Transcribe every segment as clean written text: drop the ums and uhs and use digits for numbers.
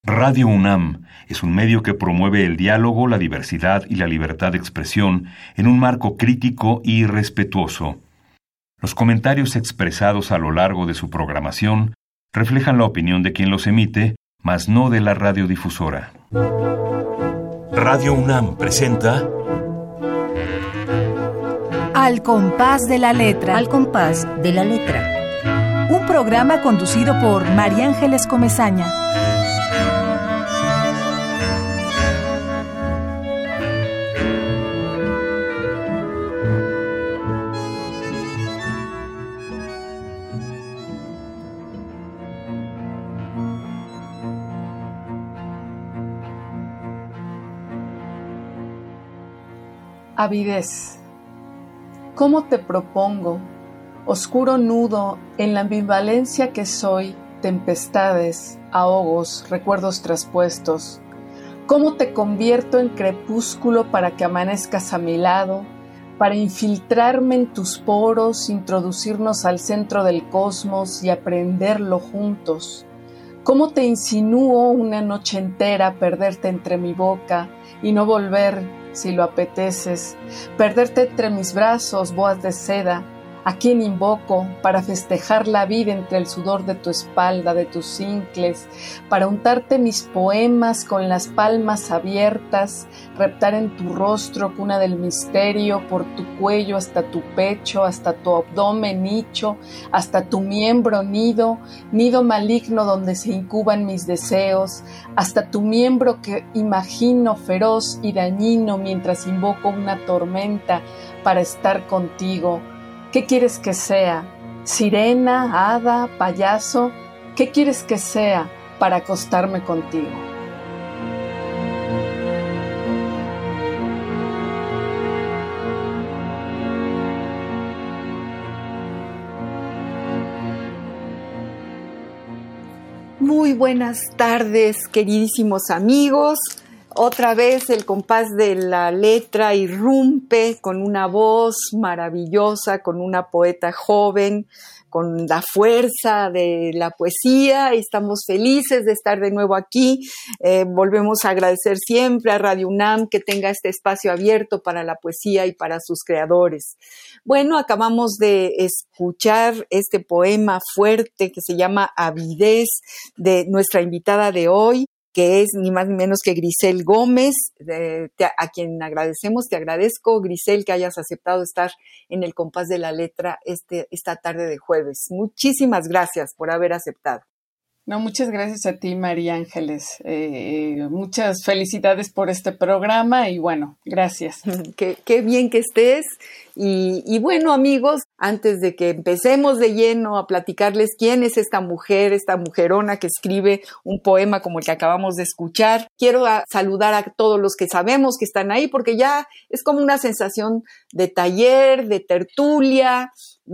Radio UNAM es un medio que promueve el diálogo, la diversidad y la libertad de expresión en un marco crítico y respetuoso. Los comentarios expresados a lo largo de su programación reflejan la opinión de quien los emite, mas no de la radiodifusora. Radio UNAM presenta Al compás de la letra. Al compás de la letra. Un programa conducido por María Ángeles Comesaña. Avidez. ¿Cómo te propongo, oscuro nudo en la ambivalencia que soy, tempestades, ahogos, recuerdos traspuestos? ¿Cómo te convierto en crepúsculo para que amanezcas a mi lado, para infiltrarme en tus poros, introducirnos al centro del cosmos y aprenderlo juntos? ¿Cómo te insinúo una noche entera perderte entre mi boca y no volver, si lo apeteces, perderte entre mis brazos, boas de seda? ¿A quién invoco para festejar la vida entre el sudor de tu espalda, de tus cincles, para untarte mis poemas con las palmas abiertas, reptar en tu rostro cuna del misterio, por tu cuello hasta tu pecho, hasta tu abdomen nicho, hasta tu miembro nido, nido maligno donde se incuban mis deseos, hasta tu miembro que imagino feroz y dañino mientras invoco una tormenta para estar contigo? ¿Qué quieres que sea? ¿Sirena, hada, payaso? ¿Qué quieres que sea para acostarme contigo? Muy buenas tardes, queridísimos amigos. Otra vez el compás de la letra irrumpe con una voz maravillosa, con una poeta joven, con la fuerza de la poesía. Estamos felices de estar de nuevo aquí. Volvemos a agradecer siempre a Radio UNAM que tenga este espacio abierto para la poesía y para sus creadores. Bueno, acabamos de escuchar este poema fuerte que se llama Avidez de nuestra invitada de hoy, que es ni más ni menos que Grisel Gómez, a quien agradecemos. Te agradezco, Grisel, que hayas aceptado estar en el compás de la letra esta tarde de jueves. Muchísimas gracias por haber aceptado. No, muchas gracias a ti, María Ángeles. Muchas felicidades por este programa y bueno, gracias. Qué bien que estés. Y bueno, amigos, antes de que empecemos de lleno a platicarles quién es esta mujerona que escribe un poema como el que acabamos de escuchar, quiero saludar a todos los que sabemos que están ahí, porque ya es como una sensación de taller, de tertulia,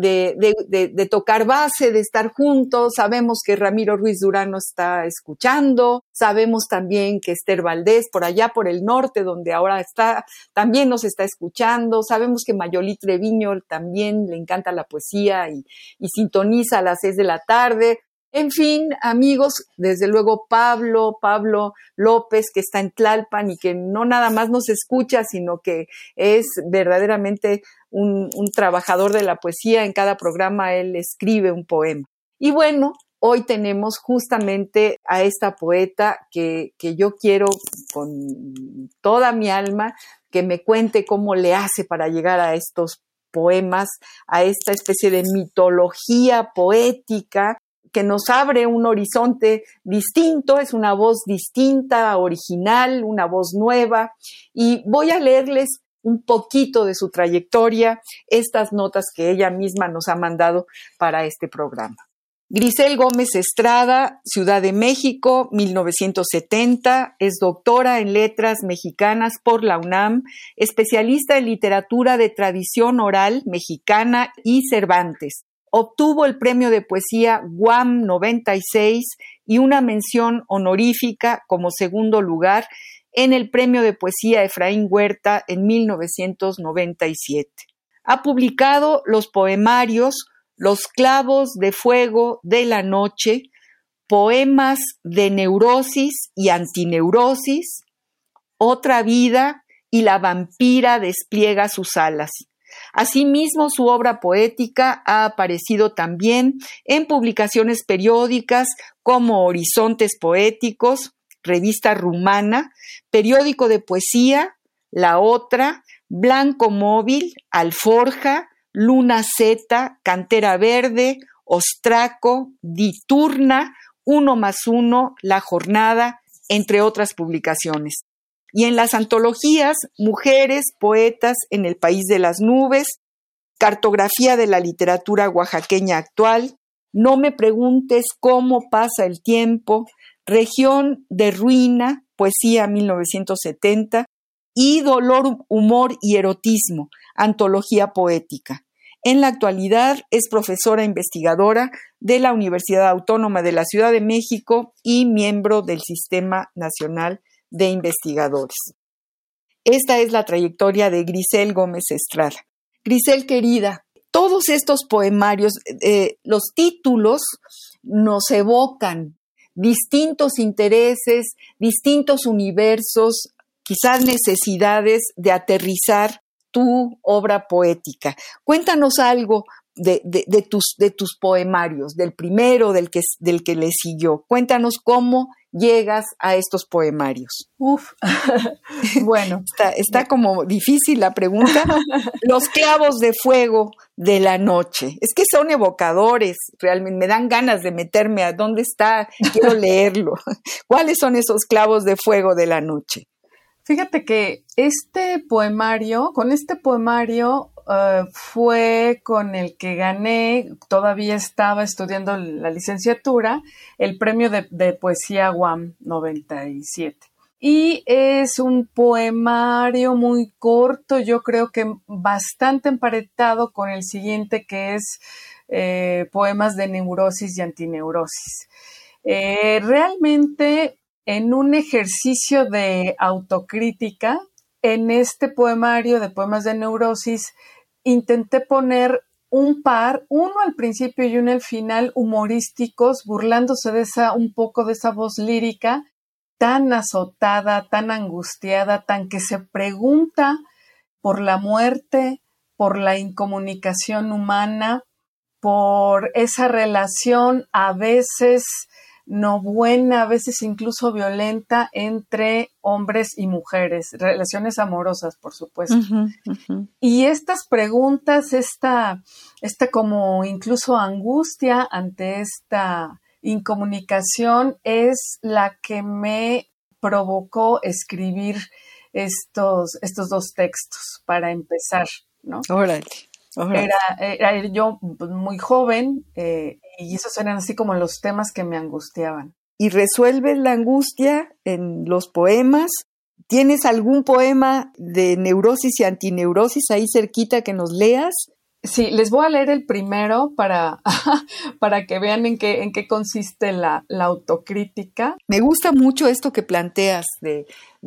de tocar base, de estar juntos. Sabemos que Ramiro Ruiz Durán nos está escuchando, sabemos también que Esther Valdés por allá por el norte, donde ahora está, también nos está escuchando. Sabemos que Mayoli Treviño también le encanta la poesía y sintoniza a las 6 de la tarde. En fin, amigos, desde luego Pablo López, que está en Tlalpan y que no nada más nos escucha, sino que es verdaderamente un trabajador de la poesía. En cada programa él escribe un poema. Y bueno, hoy tenemos justamente a esta poeta que yo quiero con toda mi alma que me cuente cómo le hace para llegar a estos poemas, a esta especie de mitología poética que nos abre un horizonte distinto. Es una voz distinta, original, una voz nueva. Y voy a leerles un poquito de su trayectoria, estas notas que ella misma nos ha mandado para este programa. Grisel Gómez Estrada, Ciudad de México, 1970, es doctora en letras mexicanas por la UNAM, especialista en literatura de tradición oral mexicana y Cervantes. Obtuvo el premio de poesía UAM 96 y una mención honorífica como segundo lugar en el premio de poesía Efraín Huerta en 1997. Ha publicado los poemarios Los clavos de fuego de la noche, Poemas de neurosis y antineurosis, Otra vida y La vampira despliega sus alas. Asimismo, su obra poética ha aparecido también en publicaciones periódicas como Horizontes Poéticos, Revista Rumana, Periódico de Poesía, La Otra, Blanco Móvil, Alforja, Luna Z, Cantera Verde, Ostraco, Diturna, 1+1, La Jornada, entre otras publicaciones. Y en las antologías, Mujeres, Poetas en el País de las Nubes, Cartografía de la Literatura Oaxaqueña Actual, No me preguntes cómo pasa el tiempo, Región de Ruina, Poesía 1970, y Dolor, Humor y Erotismo, Antología Poética. En la actualidad es profesora investigadora de la Universidad Autónoma de la Ciudad de México y miembro del Sistema Nacional de Investigadores. Esta es la trayectoria de Grisel Gómez Estrada. Grisel, querida, todos estos poemarios, los títulos nos evocan distintos intereses, distintos universos, quizás necesidades de aterrizar tu obra poética. Cuéntanos algo de tus poemarios, del primero, del que le siguió. Cuéntanos cómo llegas a estos poemarios. Bueno. Está como difícil la pregunta. Los clavos de fuego de la noche. Es que son evocadores, realmente me dan ganas de meterme a dónde está, quiero leerlo. ¿Cuáles son esos clavos de fuego de la noche? Fíjate que con este poemario fue con el que gané, todavía estaba estudiando la licenciatura, el premio de poesía UAM 97. Y es un poemario muy corto, yo creo que bastante emparentado con el siguiente, que es Poemas de neurosis y antineurosis. Realmente, en un ejercicio de autocrítica, en este poemario de Poemas de neurosis, intenté poner uno al principio y uno al final, humorísticos, burlándose un poco de esa voz lírica tan azotada, tan angustiada, tan que se pregunta por la muerte, por la incomunicación humana, por esa relación a veces no buena, a veces incluso violenta entre hombres y mujeres, relaciones amorosas, por supuesto. Y estas preguntas, esta como incluso angustia ante esta incomunicación es la que me provocó escribir estos dos textos para empezar, ¿no? Órale. Era yo muy joven y esos eran así como los temas que me angustiaban. ¿Y resuelves la angustia en los poemas? ¿Tienes algún poema de neurosis y antineurosis ahí cerquita que nos leas? Sí, les voy a leer el primero para que vean en qué consiste la autocrítica. Me gusta mucho esto que planteas de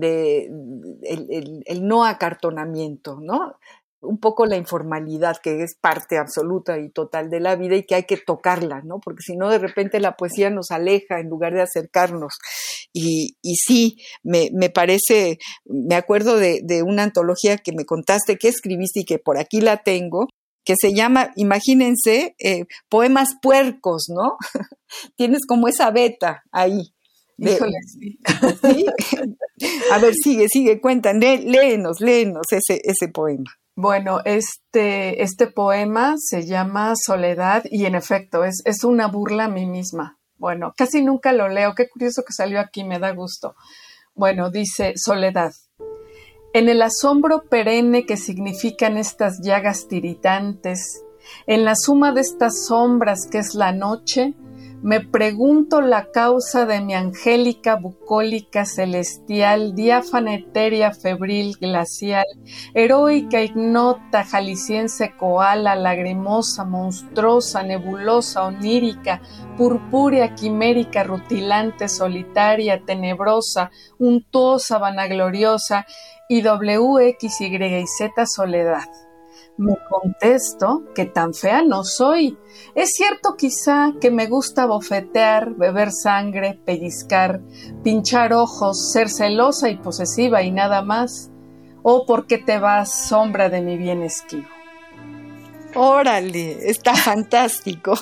el no acartonamiento, ¿no? Un poco la informalidad, que es parte absoluta y total de la vida y que hay que tocarla, ¿no? Porque si no, de repente la poesía nos aleja en lugar de acercarnos. Y sí, me parece, me acuerdo de una antología que me contaste que escribiste y que por aquí la tengo, que se llama, imagínense, Poemas Puercos, ¿no? Tienes como esa beta ahí. Híjole, sí. ¿Sí? A ver, sigue, cuéntanos, léenos ese poema. Bueno, este poema se llama Soledad y en efecto es una burla a mí misma. Bueno, casi nunca lo leo, qué curioso que salió aquí, me da gusto. Bueno, dice Soledad. En el asombro perenne que significan estas llagas tiritantes, en la suma de estas sombras que es la noche, me pregunto la causa de mi angélica, bucólica, celestial, diáfana, etérea, febril, glacial, heroica, ignota, jalisciense, koala, lagrimosa, monstruosa, nebulosa, onírica, purpúrea, quimérica, rutilante, solitaria, tenebrosa, untuosa, vanagloriosa, y WXYZ soledad. Me contesto que tan fea no soy. Es cierto quizá que me gusta bofetear, beber sangre, pellizcar, pinchar ojos, ser celosa y posesiva y nada más. ¿O por qué te vas, sombra de mi bien esquivo? Órale, está fantástico.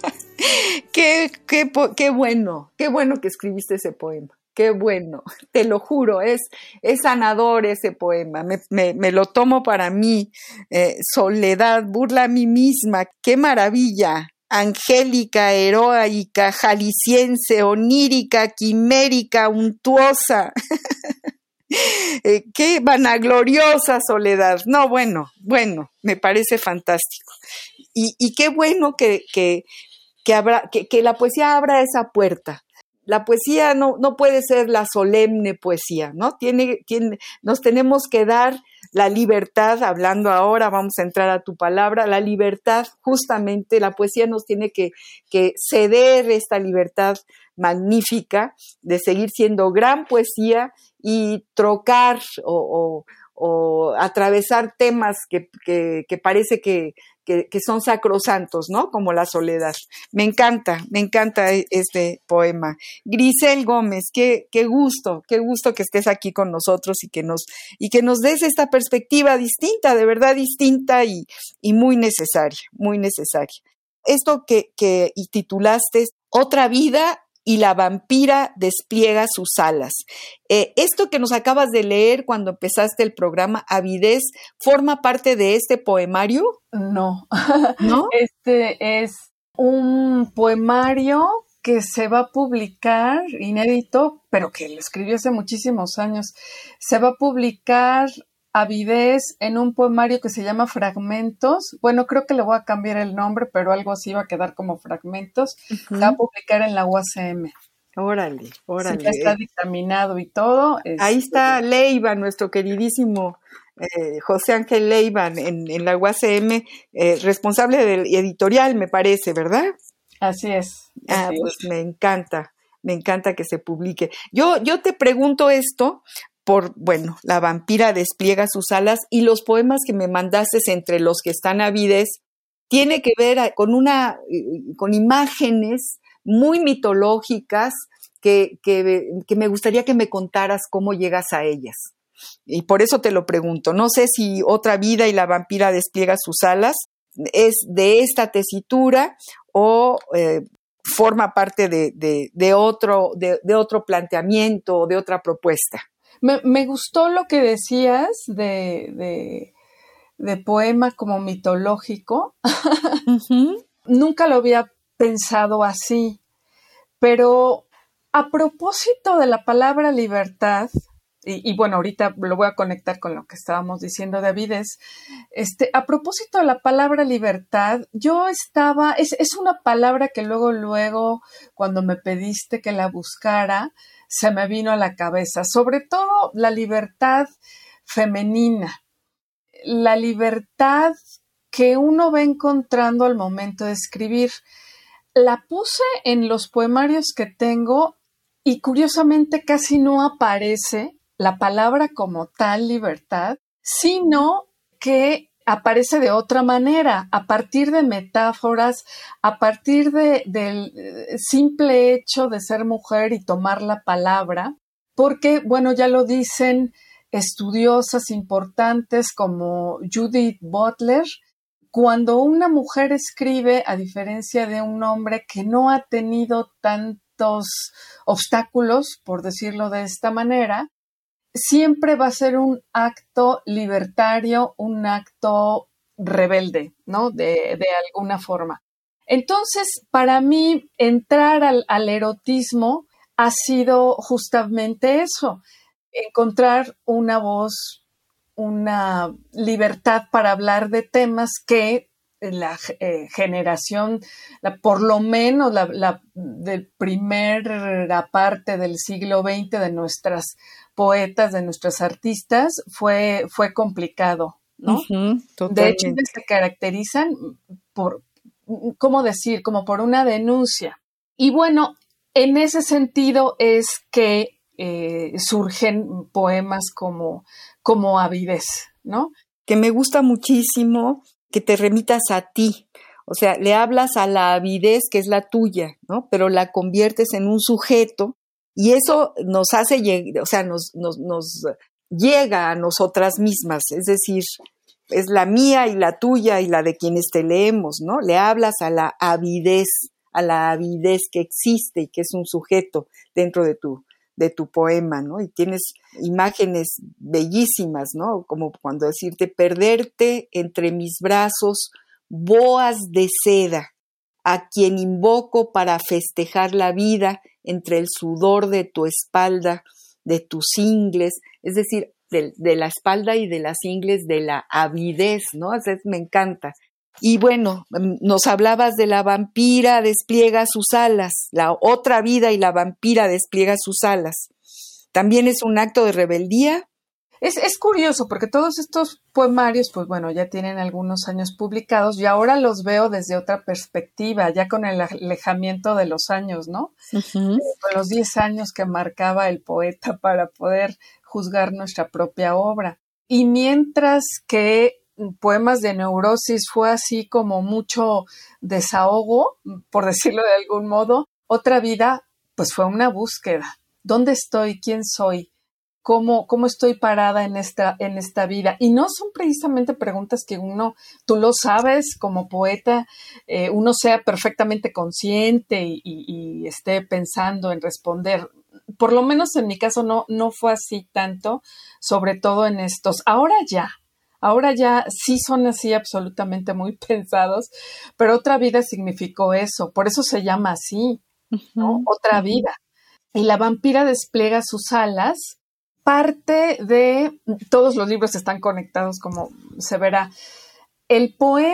Qué bueno que escribiste ese poema. Qué bueno, te lo juro, es sanador ese poema, me lo tomo para mí. Soledad, burla a mí misma, qué maravilla. Angélica, heroica, jalisciense, onírica, quimérica, untuosa. Qué vanagloriosa Soledad. No, bueno, me parece fantástico. Y qué bueno que la poesía abra esa puerta. La poesía no puede ser la solemne poesía, ¿no? Nos tenemos que dar la libertad, hablando ahora, vamos a entrar a tu palabra, la libertad, justamente, la poesía nos tiene que ceder esta libertad magnífica de seguir siendo gran poesía y trocar o atravesar temas que parece que son sacrosantos, ¿no? Como la soledad. Me encanta este poema. Grisel Gómez, qué gusto que estés aquí con nosotros y que nos des esta perspectiva distinta, de verdad distinta y muy necesaria, muy necesaria. Esto que titulaste Otra vida y la vampira despliega sus alas. Esto que nos acabas de leer cuando empezaste el programa, Avidez, ¿forma parte de este poemario? No. ¿No? Este es un poemario que se va a publicar, inédito, pero que lo escribió hace muchísimos años. Se va a publicar Avidez en un poemario que se llama Fragmentos. Bueno, creo que le voy a cambiar el nombre, pero algo así va a quedar como Fragmentos. Uh-huh. Se va a publicar en la UACM. Órale. Sí, ya está dictaminado y todo. Ahí está Leiva, nuestro queridísimo José Ángel Leiva en la UACM, responsable del editorial, me parece, ¿verdad? Así es. Pues me encanta que se publique. Yo te pregunto esto La vampira despliega sus alas, y los poemas que me mandaste, entre los que están Avidez, tiene que ver con imágenes muy mitológicas que me gustaría que me contaras cómo llegas a ellas. Y por eso te lo pregunto. No sé si Otra vida y la vampira despliega sus alas es de esta tesitura o forma parte de otro planteamiento o de otra propuesta. Me gustó lo que decías de poema como mitológico. Uh-huh. Nunca lo había pensado así, pero a propósito de la palabra libertad, y bueno, ahorita lo voy a conectar con lo que estábamos diciendo de Avidez, a propósito de la palabra libertad, es una palabra que luego, cuando me pediste que la buscara, se me vino a la cabeza, sobre todo la libertad femenina, la libertad que uno va encontrando al momento de escribir. La puse en los poemarios que tengo y curiosamente casi no aparece la palabra como tal libertad, sino que aparece de otra manera, a partir de metáforas, a partir del simple hecho de ser mujer y tomar la palabra, porque, bueno, ya lo dicen estudiosas importantes como Judith Butler, cuando una mujer escribe, a diferencia de un hombre que no ha tenido tantos obstáculos, por decirlo de esta manera, siempre va a ser un acto libertario, un acto rebelde, ¿no? De alguna forma. Entonces, para mí, entrar al erotismo ha sido justamente eso, encontrar una voz, una libertad para hablar de temas que la generación, por lo menos la de primera parte del siglo XX de nuestras poetas, de nuestras artistas, fue complicado, ¿no? Uh-huh, de hecho, se caracterizan por, ¿cómo decir? Como por una denuncia. Y bueno, en ese sentido es que surgen poemas como Avidez, ¿no? que me gusta muchísimo que te remitas a ti. O sea, le hablas a la avidez que es la tuya, ¿no? Pero la conviertes en un sujeto y eso nos hace, o sea, nos llega a nosotras mismas. Es decir, es la mía y la tuya y la de quienes te leemos, ¿no? Le hablas a la avidez que existe y que es un sujeto dentro de tu poema, ¿no? Y tienes imágenes bellísimas, ¿no? Como cuando decirte, perderte entre mis brazos, boas de seda, a quien invoco para festejar la vida entre el sudor de tu espalda, de tus ingles, es decir, de la espalda y de las ingles de la avidez, ¿no? O sea, me encanta. Y bueno, nos hablabas de la vampira despliega sus alas, la otra vida y la vampira despliega sus alas. También es un acto de rebeldía. Es curioso porque todos estos poemarios, pues bueno, ya tienen algunos años publicados y ahora los veo desde otra perspectiva, ya con el alejamiento de los años, ¿no? Uh-huh. Con los 10 años que marcaba el poeta para poder juzgar nuestra propia obra. Y mientras que Poemas de Neurosis fue así como mucho desahogo, por decirlo de algún modo, Otra Vida, pues fue una búsqueda. ¿Dónde estoy? ¿Quién soy? ¿Cómo estoy parada en esta vida? Y no son precisamente preguntas que tú lo sabes como poeta, uno sea perfectamente consciente y esté pensando en responder. Por lo menos en mi caso no fue así tanto, sobre todo en estos. Ahora ya sí son así absolutamente muy pensados, pero Otra Vida significó eso, por eso se llama así, ¿no? Uh-huh. Otra vida. Y la vampira despliega sus alas. Parte de, todos los libros están conectados como se verá. El poema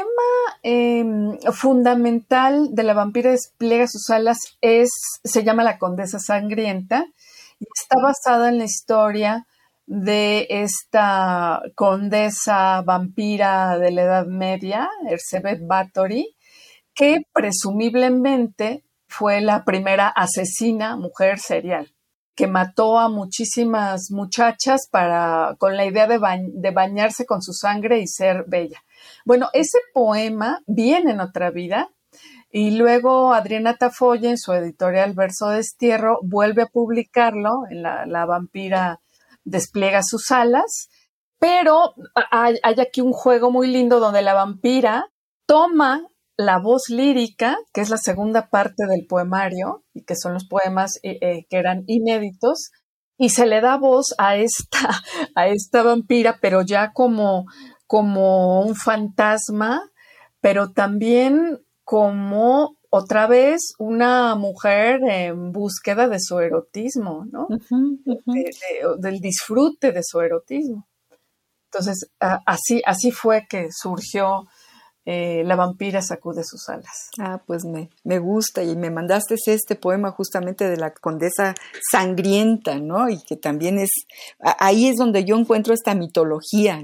fundamental de la vampira despliega sus alas se llama La Condesa Sangrienta y está basada en la historia de esta condesa vampira de la Edad Media, Elizabeth Bathory, que presumiblemente fue la primera asesina mujer serial, que mató a muchísimas muchachas con la idea de bañarse con su sangre y ser bella. Bueno, ese poema viene en Otra Vida y luego Adriana Tafolla en su editorial Verso Destierro vuelve a publicarlo en la vampira despliega sus alas, pero hay aquí un juego muy lindo donde la vampira toma la voz lírica, que es la segunda parte del poemario, y que son los poemas que eran inéditos, y se le da voz a esta vampira, pero ya como un fantasma, pero también como otra vez una mujer en búsqueda de su erotismo, ¿no? Uh-huh, uh-huh. Del disfrute de su erotismo. Entonces, así fue que surgió La vampira sacude sus alas. Ah, pues me gusta, y me mandaste este poema justamente de la Condesa Sangrienta, ¿no? Y que también ahí es donde yo encuentro esta mitología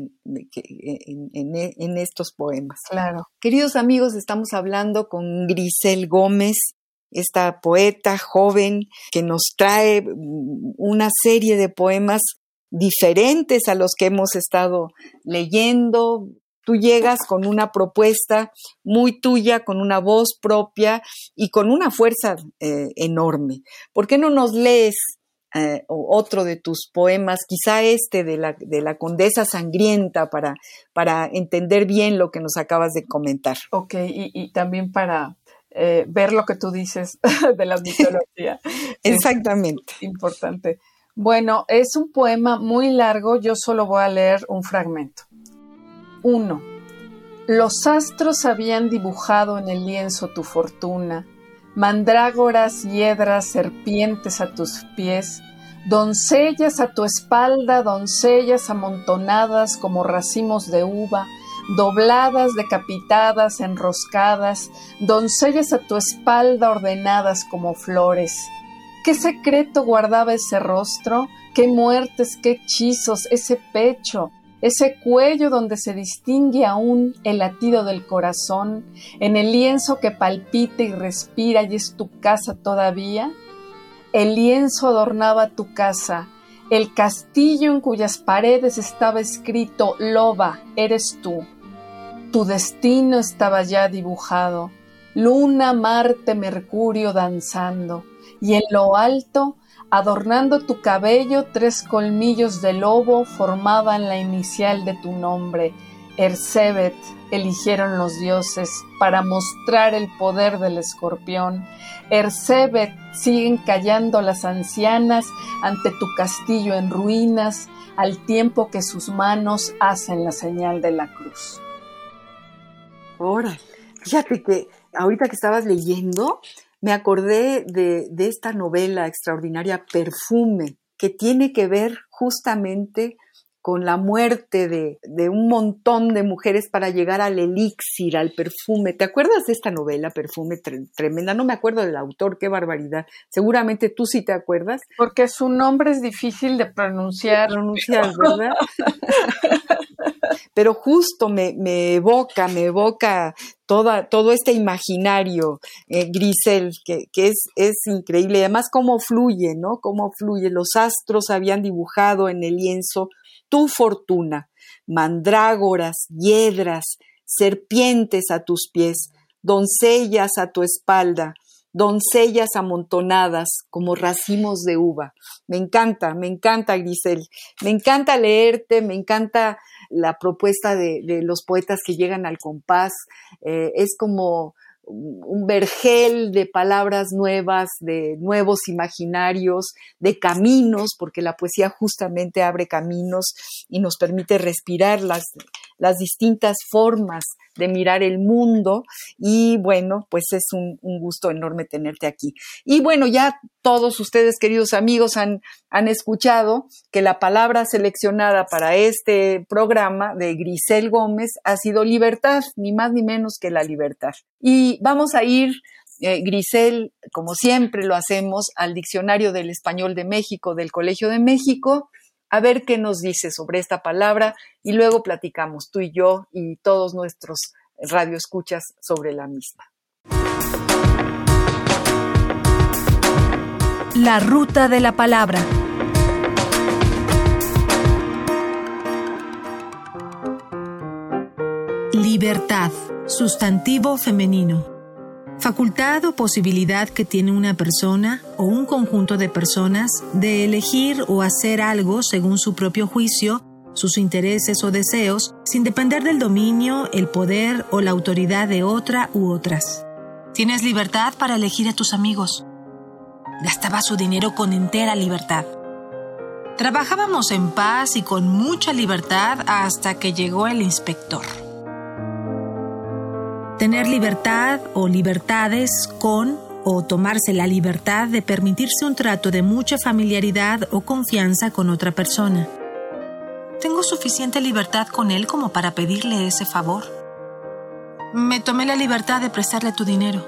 en estos poemas. Claro. Queridos amigos, estamos hablando con Grisel Gómez, esta poeta joven que nos trae una serie de poemas diferentes a los que hemos estado leyendo. Tú llegas con una propuesta muy tuya, con una voz propia y con una fuerza enorme. ¿Por qué no nos lees otro de tus poemas, quizá de la Condesa Sangrienta, para entender bien lo que nos acabas de comentar? Ok, y también para ver lo que tú dices de la mitología. Exactamente. Es importante. Bueno, es un poema muy largo, yo solo voy a leer un fragmento. 1. Los astros habían dibujado en el lienzo tu fortuna, mandrágoras, hiedras, serpientes a tus pies, doncellas a tu espalda, doncellas amontonadas como racimos de uva, dobladas, decapitadas, enroscadas, doncellas a tu espalda ordenadas como flores. ¿Qué secreto guardaba ese rostro? ¿Qué muertes, qué hechizos, ese pecho? Ese cuello donde se distingue aún el latido del corazón, en el lienzo que palpita y respira y es tu casa todavía. El lienzo adornaba tu casa, El castillo en cuyas paredes estaba escrito «Loba, eres tú». Tu destino estaba ya dibujado, Luna, Marte, Mercurio danzando, y en lo alto, adornando tu cabello, 3 colmillos de lobo formaban la inicial de tu nombre. Ersébet eligieron los dioses para mostrar el poder del escorpión. Ersébet siguen callando las ancianas ante tu castillo en ruinas, al tiempo que sus manos hacen la señal de la cruz. Órale, fíjate que ahorita que estabas leyendo, me acordé de esta novela extraordinaria, Perfume, que tiene que ver justamente con la muerte de un montón de mujeres para llegar al elixir, al perfume. ¿Te acuerdas de esta novela, Perfume, tremenda? No me acuerdo del autor, qué barbaridad. Seguramente tú sí te acuerdas. Porque su nombre es difícil de pronunciar. ¿Verdad? Pero justo me evoca todo este imaginario, Grisel, que es increíble. Además, cómo fluye, ¿no? Cómo fluye. Los astros habían dibujado en el lienzo tu fortuna, mandrágoras, hiedras, serpientes a tus pies, doncellas a tu espalda, doncellas amontonadas como racimos de uva. Me encanta, Grisel. Me encanta leerte, me encanta la propuesta de los poetas que llegan al compás. Es como un vergel de palabras nuevas, de nuevos imaginarios, de caminos, porque la poesía justamente abre caminos y nos permite respirar las distintas formas de mirar el mundo. Y bueno, pues es un gusto enorme tenerte aquí. Y bueno, ya todos ustedes, queridos amigos, han escuchado que la palabra seleccionada para este programa de Grisel Gómez ha sido libertad, ni más ni menos que la libertad. Y vamos a ir, Grisel, como siempre lo hacemos, al Diccionario del Español de México del Colegio de México, a ver qué nos dice sobre esta palabra y luego platicamos tú y yo y todos nuestros radioescuchas sobre la misma. La ruta de la palabra. Libertad, sustantivo femenino. Facultad o posibilidad que tiene una persona o un conjunto de personas de elegir o hacer algo según su propio juicio, sus intereses o deseos, sin depender del dominio, el poder o la autoridad de otra u otras. Tienes libertad para elegir a tus amigos. Gastaba su dinero con entera libertad. Trabajábamos en paz y con mucha libertad hasta que llegó el inspector. Tener libertad o libertades con o tomarse la libertad de permitirse un trato de mucha familiaridad o confianza con otra persona. ¿Tengo suficiente libertad con él como para pedirle ese favor? Me tomé la libertad de prestarle tu dinero.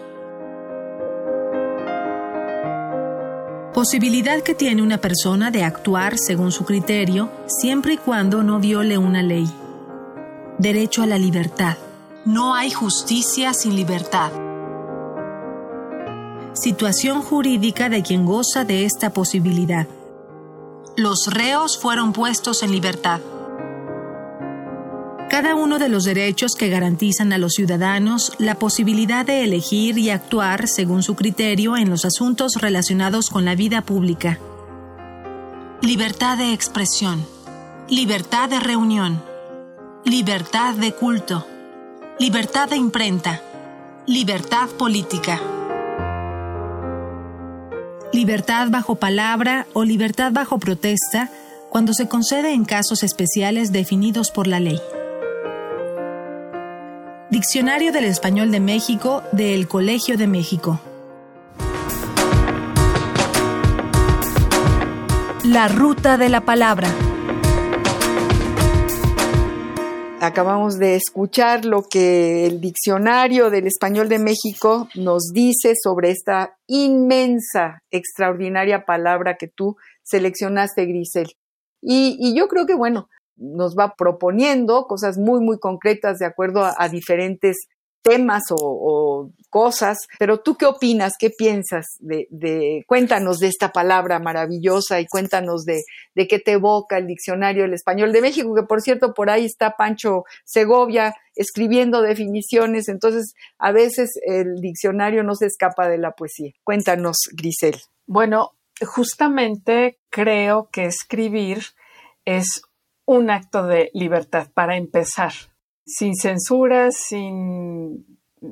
Posibilidad que tiene una persona de actuar según su criterio, siempre y cuando no viole una ley. Derecho a la libertad. No hay justicia sin libertad. Situación jurídica de quien goza de esta posibilidad. Los reos fueron puestos en libertad. Cada uno de los derechos que garantizan a los ciudadanos la posibilidad de elegir y actuar según su criterio en los asuntos relacionados con la vida pública. Libertad de expresión. Libertad de reunión. Libertad de culto. Libertad de imprenta. Libertad política. Libertad bajo palabra o libertad bajo protesta cuando se concede en casos especiales definidos por la ley. Diccionario del Español de México del Colegio de México. La ruta de la palabra. Acabamos de escuchar lo que el Diccionario del Español de México nos dice sobre esta inmensa, extraordinaria palabra que tú seleccionaste, Grisel. Y yo creo que, bueno, nos va proponiendo cosas muy, muy concretas de acuerdo a diferentes temas o cosas, pero ¿tú qué opinas? ¿Qué piensas cuéntanos de esta palabra maravillosa y cuéntanos de qué te evoca el Diccionario del Español de México, que por cierto por ahí está Pancho Segovia escribiendo definiciones, entonces a veces el diccionario no se escapa de la poesía. Cuéntanos, Grisel. Bueno, justamente creo que escribir es un acto de libertad para empezar, sin censura, sin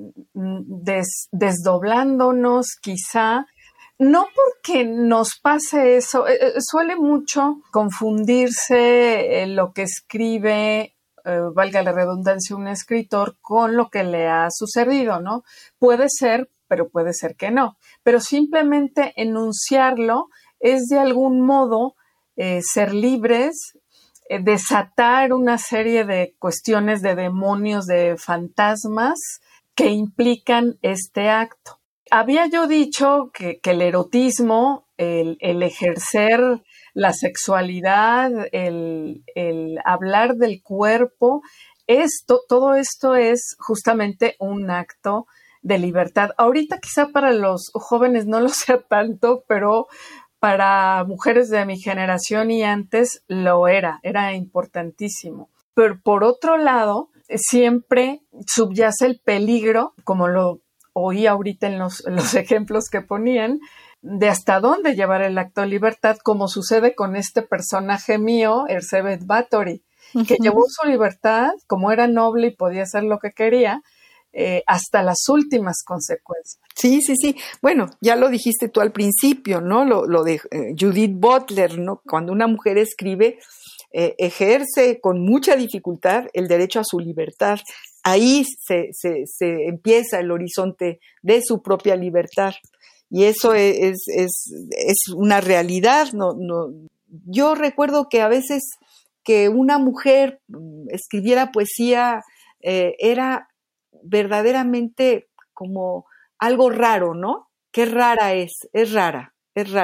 desdoblándonos quizá, no porque nos pase eso, suele mucho confundirse lo que escribe, valga la redundancia, un escritor con lo que le ha sucedido, ¿no? Puede ser, pero puede ser que no, pero simplemente enunciarlo es de algún modo ser libres, desatar una serie de cuestiones de demonios, de fantasmas que implican este acto. Había yo dicho que el erotismo, el ejercer la sexualidad, el hablar del cuerpo, todo esto es justamente un acto de libertad. Ahorita quizá para los jóvenes no lo sea tanto, pero para mujeres de mi generación y antes lo era importantísimo. Pero por otro lado, siempre subyace el peligro, como lo oí ahorita en los ejemplos que ponían, de hasta dónde llevar el acto de libertad, como sucede con este personaje mío, Erzsébet Báthory, que llevó su libertad, como era noble y podía hacer lo que quería, hasta las últimas consecuencias. Sí. Bueno, ya lo dijiste tú al principio, ¿no? Lo de Judith Butler, ¿no? Cuando una mujer escribe, ejerce con mucha dificultad el derecho a su libertad. Ahí se empieza el horizonte de su propia libertad. Y eso es una realidad. No, yo recuerdo que a veces que una mujer escribiera poesía era verdaderamente como algo raro, ¿no? Qué rara es rara.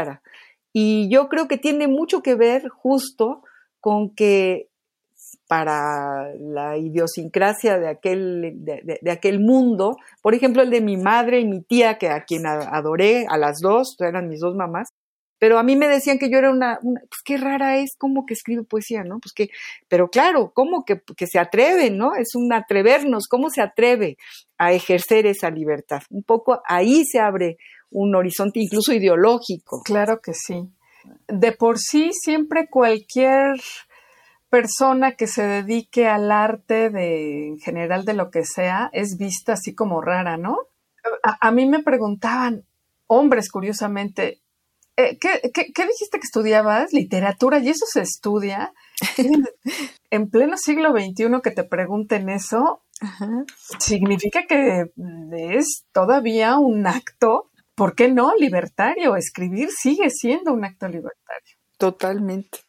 Y yo creo que tiene mucho que ver justo con que para la idiosincrasia de aquel mundo, por ejemplo, el de mi madre y mi tía, que a quien adoré, a las dos, eran mis dos mamás, pero a mí me decían que yo era pues qué rara es, ¿cómo que escribe poesía, no? Pues pero claro, ¿cómo que se atreve, no? Es un atrevernos, ¿cómo se atreve a ejercer esa libertad? Un poco ahí se abre un horizonte incluso ideológico. Claro que sí. De por sí, siempre cualquier persona que se dedique al arte en general de lo que sea, es vista así como rara, ¿no? A mí me preguntaban, hombres curiosamente, ¿qué dijiste que estudiabas? Literatura, ¿y eso se estudia? En pleno siglo XXI que te pregunten eso, ajá, significa que es todavía un acto, ¿por qué no? Libertario. Escribir sigue siendo un acto libertario. Totalmente.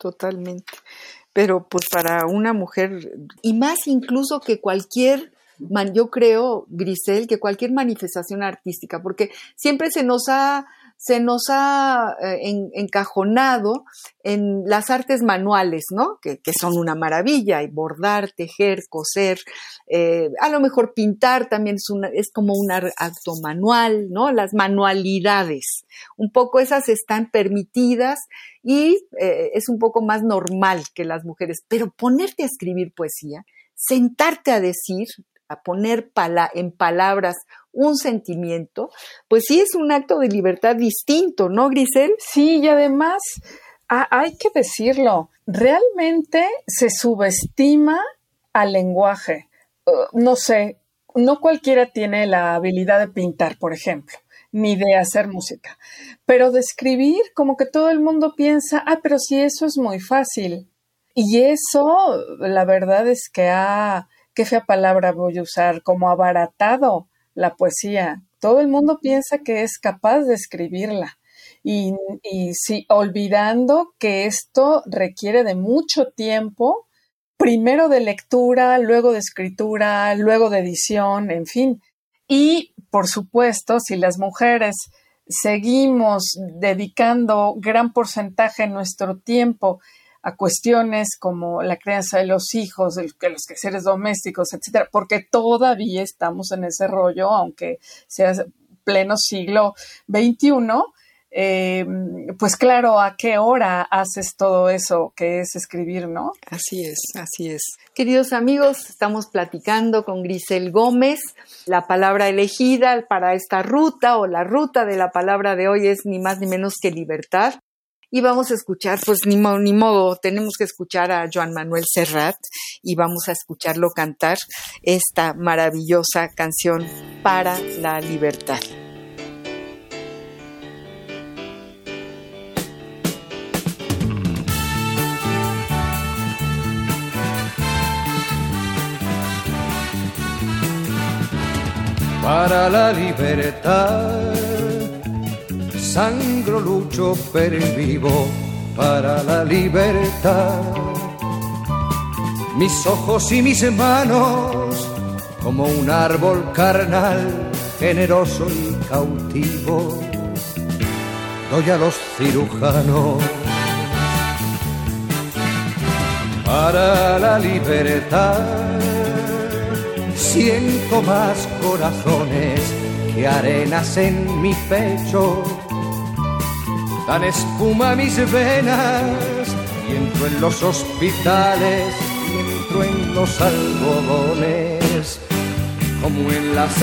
Pero pues para una mujer, y más incluso que yo creo, Grisel, que cualquier manifestación artística, porque siempre se nos ha encajonado en las artes manuales, ¿no? Que son una maravilla, y bordar, tejer, coser, a lo mejor pintar también es como un acto manual, ¿no? Las manualidades, un poco esas están permitidas y es un poco más normal que las mujeres, pero ponerte a escribir poesía, sentarte a decir, a poner en palabras un sentimiento, pues sí es un acto de libertad distinto, ¿no, Grisel? Sí, y además hay que decirlo, realmente se subestima al lenguaje. No sé, no cualquiera tiene la habilidad de pintar, por ejemplo, ni de hacer música, pero de escribir, como que todo el mundo piensa, pero sí, eso es muy fácil. Y eso, la verdad es que qué fea palabra voy a usar, como abaratado la poesía. Todo el mundo piensa que es capaz de escribirla y sí, olvidando que esto requiere de mucho tiempo, primero de lectura, luego de escritura, luego de edición, en fin. Y, por supuesto, si las mujeres seguimos dedicando gran porcentaje de nuestro tiempo a cuestiones como la crianza de los hijos, de los quehaceres domésticos, etcétera, porque todavía estamos en ese rollo, aunque sea pleno siglo XXI. Pues claro, ¿a qué hora haces todo eso que es escribir, no? Así es, así es. Queridos amigos, estamos platicando con Grisel Gómez. La palabra elegida para esta ruta, o la ruta de la palabra de hoy, es ni más ni menos que libertad. Y vamos a escuchar, pues ni modo, tenemos que escuchar a Joan Manuel Serrat y vamos a escucharlo cantar esta maravillosa canción para la libertad. Para la libertad, sangro, lucho, pervivo para la libertad. Mis ojos y mis manos, como un árbol carnal, generoso y cautivo, doy a los cirujanos. Para la libertad, siento más corazones que arenas en mi pecho. Dan espuma a mis venas y entro en los hospitales y entro en los algodones como en las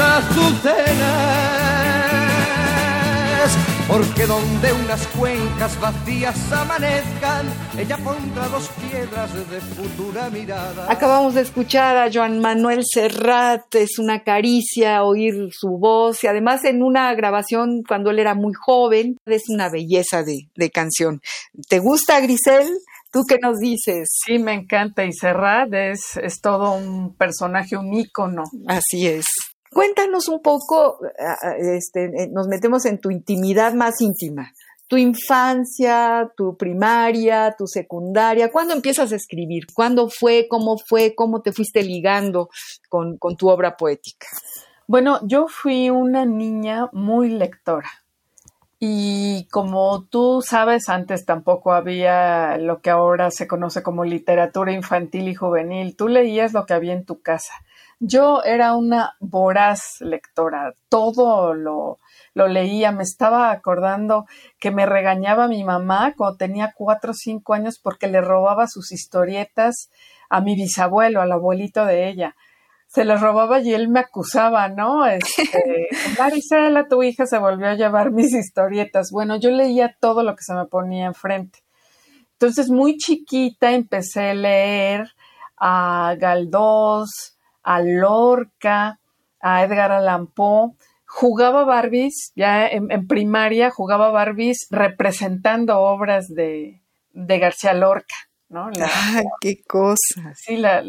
azucenas. Porque donde unas cuencas vacías amanezcan, ella pondrá dos piedras de futura mirada. Acabamos de escuchar a Joan Manuel Serrat. Es una caricia oír su voz, y además en una grabación cuando él era muy joven. Es una belleza de canción. ¿Te gusta, Grisel? ¿Tú qué nos dices? Sí, me encanta, y Serrat es todo un personaje, un ícono. Así es. Cuéntanos un poco, nos metemos en tu intimidad más íntima. Tu infancia, tu primaria, tu secundaria. ¿Cuándo empiezas a escribir? ¿Cuándo fue? ¿Cómo te fuiste ligando con tu obra poética? Bueno, yo fui una niña muy lectora. Y como tú sabes, antes tampoco había lo que ahora se conoce como literatura infantil y juvenil. Tú leías lo que había en tu casa. Yo era una voraz lectora, todo lo leía. Me estaba acordando que me regañaba mi mamá cuando tenía 4 o 5 años porque le robaba sus historietas a mi bisabuelo, al abuelito de ella. Se las robaba y él me acusaba, ¿no? Marisela, tu hija se volvió a llevar mis historietas. Bueno, yo leía todo lo que se me ponía enfrente. Entonces, muy chiquita empecé a leer a Galdós, a Lorca, a Edgar Allan Poe. Jugaba Barbies, ya en primaria jugaba Barbies representando obras de García Lorca, ¿no? ¡Qué cosa! Sí, la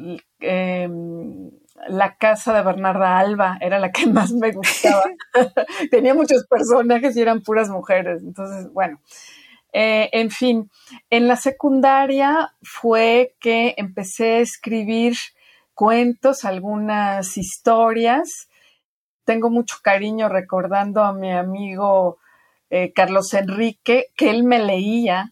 casa de Bernarda Alba era la que más me gustaba. Tenía muchos personajes y eran puras mujeres. Entonces, bueno, en fin, en la secundaria fue que empecé a escribir cuentos, algunas historias. Tengo mucho cariño recordando a mi amigo Carlos Enrique, que él me leía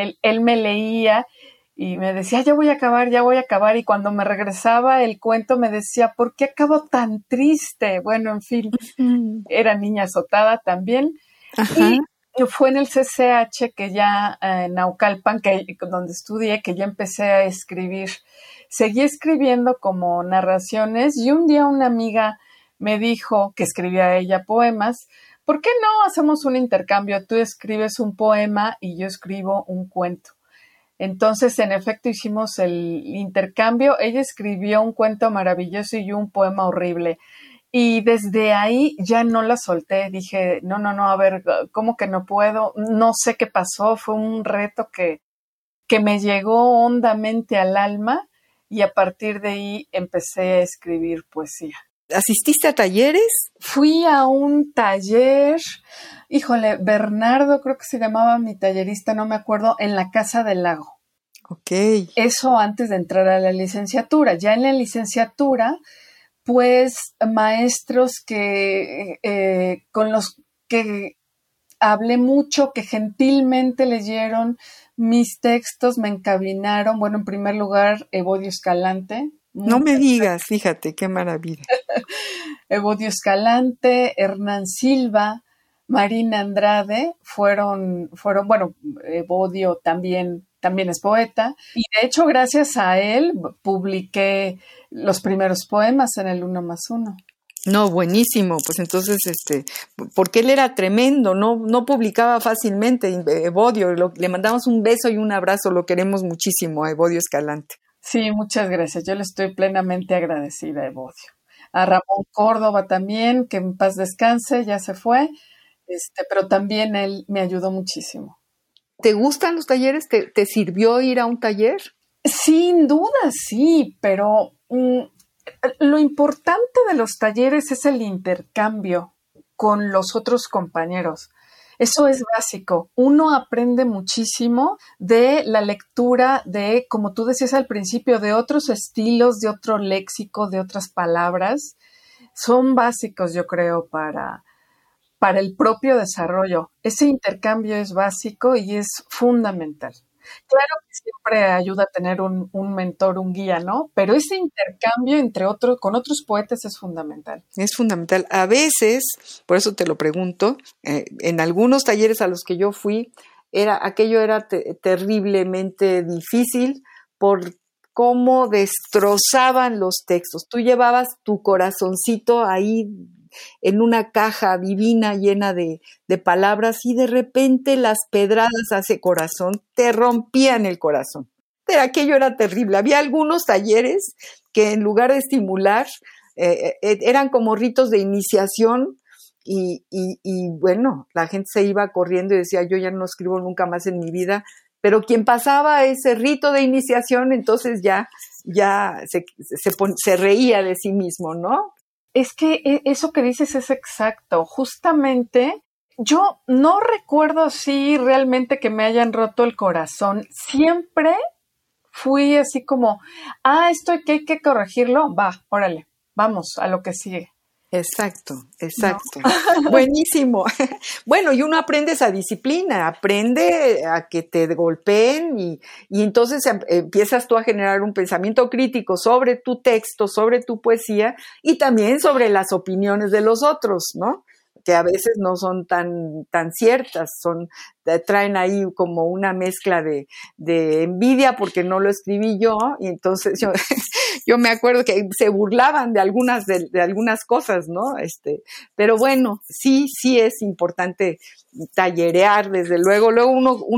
y me decía, ya voy a acabar, y cuando me regresaba el cuento me decía, ¿por qué acabo tan triste? Bueno, en fin, era niña azotada también. Ajá. Y fue en el CCH que ya en Naucalpan, donde estudié, que ya empecé a escribir. Seguí escribiendo como narraciones, y un día una amiga me dijo que escribía ella poemas. ¿Por qué no hacemos un intercambio? Tú escribes un poema y yo escribo un cuento. Entonces, en efecto, hicimos el intercambio. Ella escribió un cuento maravilloso y yo un poema horrible. Y desde ahí ya no la solté. Dije, no, a ver, ¿cómo que no puedo? No sé qué pasó. Fue un reto que me llegó hondamente al alma, y a partir de ahí empecé a escribir poesía. ¿Asististe a talleres? Fui a un taller, Bernardo creo que se llamaba mi tallerista, no me acuerdo, en la Casa del Lago. Ok. Eso antes de entrar a la licenciatura. Ya en la licenciatura, pues maestros con los que hablé mucho, que gentilmente leyeron mis textos, me encabinaron. Bueno, en primer lugar, Evodio Escalante. No me digas, fíjate, qué maravilla. Evodio Escalante, Hernán Silva, Marina Andrade fueron, bueno, Evodio también es poeta, y de hecho gracias a él publiqué los primeros poemas en el 1+1. No, buenísimo, pues entonces, porque él era tremendo, no publicaba fácilmente, Evodio, le mandamos un beso y un abrazo, lo queremos muchísimo a Evodio Escalante. Sí, muchas gracias, yo le estoy plenamente agradecida a Evodio. A Ramón Córdoba también, que en paz descanse, ya se fue, pero también él me ayudó muchísimo. ¿Te gustan los talleres? ¿Te sirvió ir a un taller? Sin duda, sí, pero lo importante de los talleres es el intercambio con los otros compañeros. Eso es básico. Uno aprende muchísimo de la lectura de, como tú decías al principio, de otros estilos, de otro léxico, de otras palabras. Son básicos, yo creo, para el propio desarrollo. Ese intercambio es básico y es fundamental. Claro que siempre ayuda a tener un mentor, un guía, ¿no? Pero ese intercambio con otros poetas es fundamental. Es fundamental. A veces, por eso te lo pregunto, en algunos talleres a los que yo fui, aquello era terriblemente difícil por cómo destrozaban los textos. Tú llevabas tu corazoncito ahí en una caja divina llena de palabras y de repente las pedradas a ese corazón te rompían el corazón. Pero aquello era terrible. Había algunos talleres que en lugar de estimular eran como ritos de iniciación y bueno, la gente se iba corriendo y decía, yo ya no escribo nunca más en mi vida, pero quien pasaba ese rito de iniciación entonces ya se reía de sí mismo, ¿no? Es que eso que dices es exacto. Justamente, yo no recuerdo si realmente que me hayan roto el corazón. Siempre fui así como, esto que hay que corregirlo. Va, órale, vamos a lo que sigue. Exacto. No. Buenísimo. Bueno, y uno aprende esa disciplina, aprende a que te golpeen y entonces empiezas tú a generar un pensamiento crítico sobre tu texto, sobre tu poesía y también sobre las opiniones de los otros, ¿no? Que a veces no son tan ciertas, traen ahí como una mezcla de envidia porque no lo escribí yo, y entonces yo me acuerdo que se burlaban de algunas cosas, ¿no? Pero bueno, sí es importante tallerear, desde luego. Luego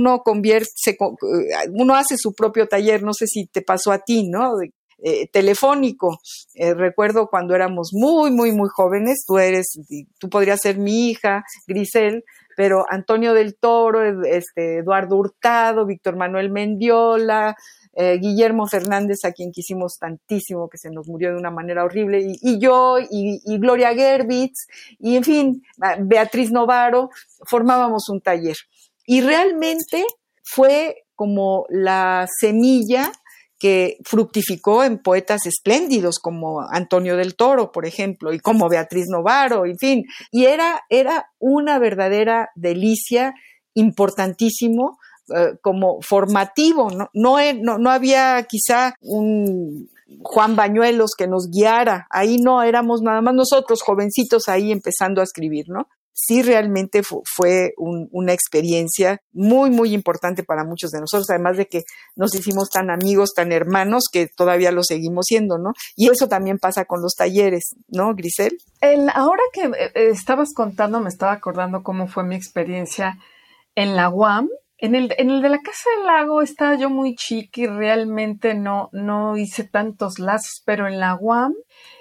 uno hace su propio taller, no sé si te pasó a ti, ¿no? Telefónico. Recuerdo cuando éramos muy, muy, muy jóvenes, tú podrías ser mi hija, Grisel, pero Antonio del Toro, Eduardo Hurtado, Víctor Manuel Mendiola, Guillermo Fernández, a quien quisimos tantísimo, que se nos murió de una manera horrible, y yo, y Gloria Gerbitz, y en fin, Beatriz Novaro, formábamos un taller. Y realmente fue como la semilla que fructificó en poetas espléndidos como Antonio del Toro, por ejemplo, y como Beatriz Novaro, en fin. Y era una verdadera delicia, importantísimo, como formativo. No había quizá un Juan Bañuelos que nos guiara. Ahí no éramos nada más nosotros, jovencitos, ahí empezando a escribir, ¿no? Sí, realmente fue una experiencia muy, muy importante para muchos de nosotros, además de que nos hicimos tan amigos, tan hermanos, que todavía lo seguimos siendo, ¿no? Y eso también pasa con los talleres, ¿no, Grisel? Ahora que estabas contando, me estaba acordando cómo fue mi experiencia en la UAM. En el de la Casa del Lago estaba yo muy chica y realmente no hice tantos lazos, pero en la UAM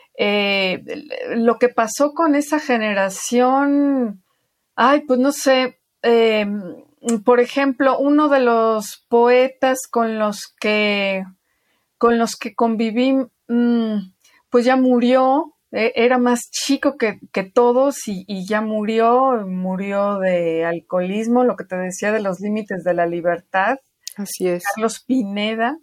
lo que pasó con esa generación, pues no sé, por ejemplo, uno de los poetas con los que conviví, pues ya murió, era más chico que todos y ya murió de alcoholismo, lo que te decía de los límites de la libertad. Así es. Carlos Pineda,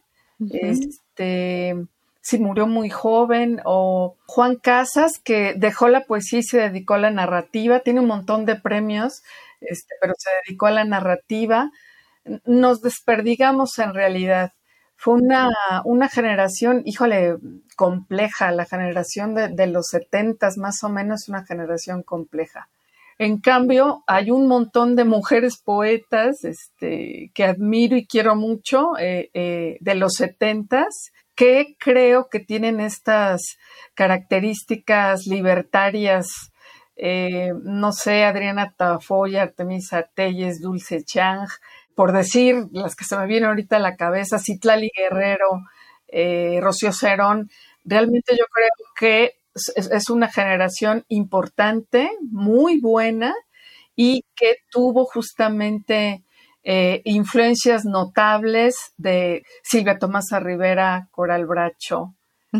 sí, murió muy joven, o Juan Casas, que dejó la poesía y se dedicó a la narrativa, tiene un montón de premios, pero se dedicó a la narrativa. Nos desperdigamos en realidad. Fue una generación, híjole, compleja, la generación de los 70s más o menos, una generación compleja. En cambio, hay un montón de mujeres poetas que admiro y quiero mucho de los 70s, que creo que tienen estas características libertarias. No sé, Adriana Tafoya, Artemisa Telles, Dulce Chang, por decir las que se me vienen ahorita a la cabeza, Citlali Guerrero, Rocío Cerón. Realmente yo creo que es una generación importante, muy buena, y que tuvo justamente influencias notables de Silvia Tomasa Rivera, Coral Bracho,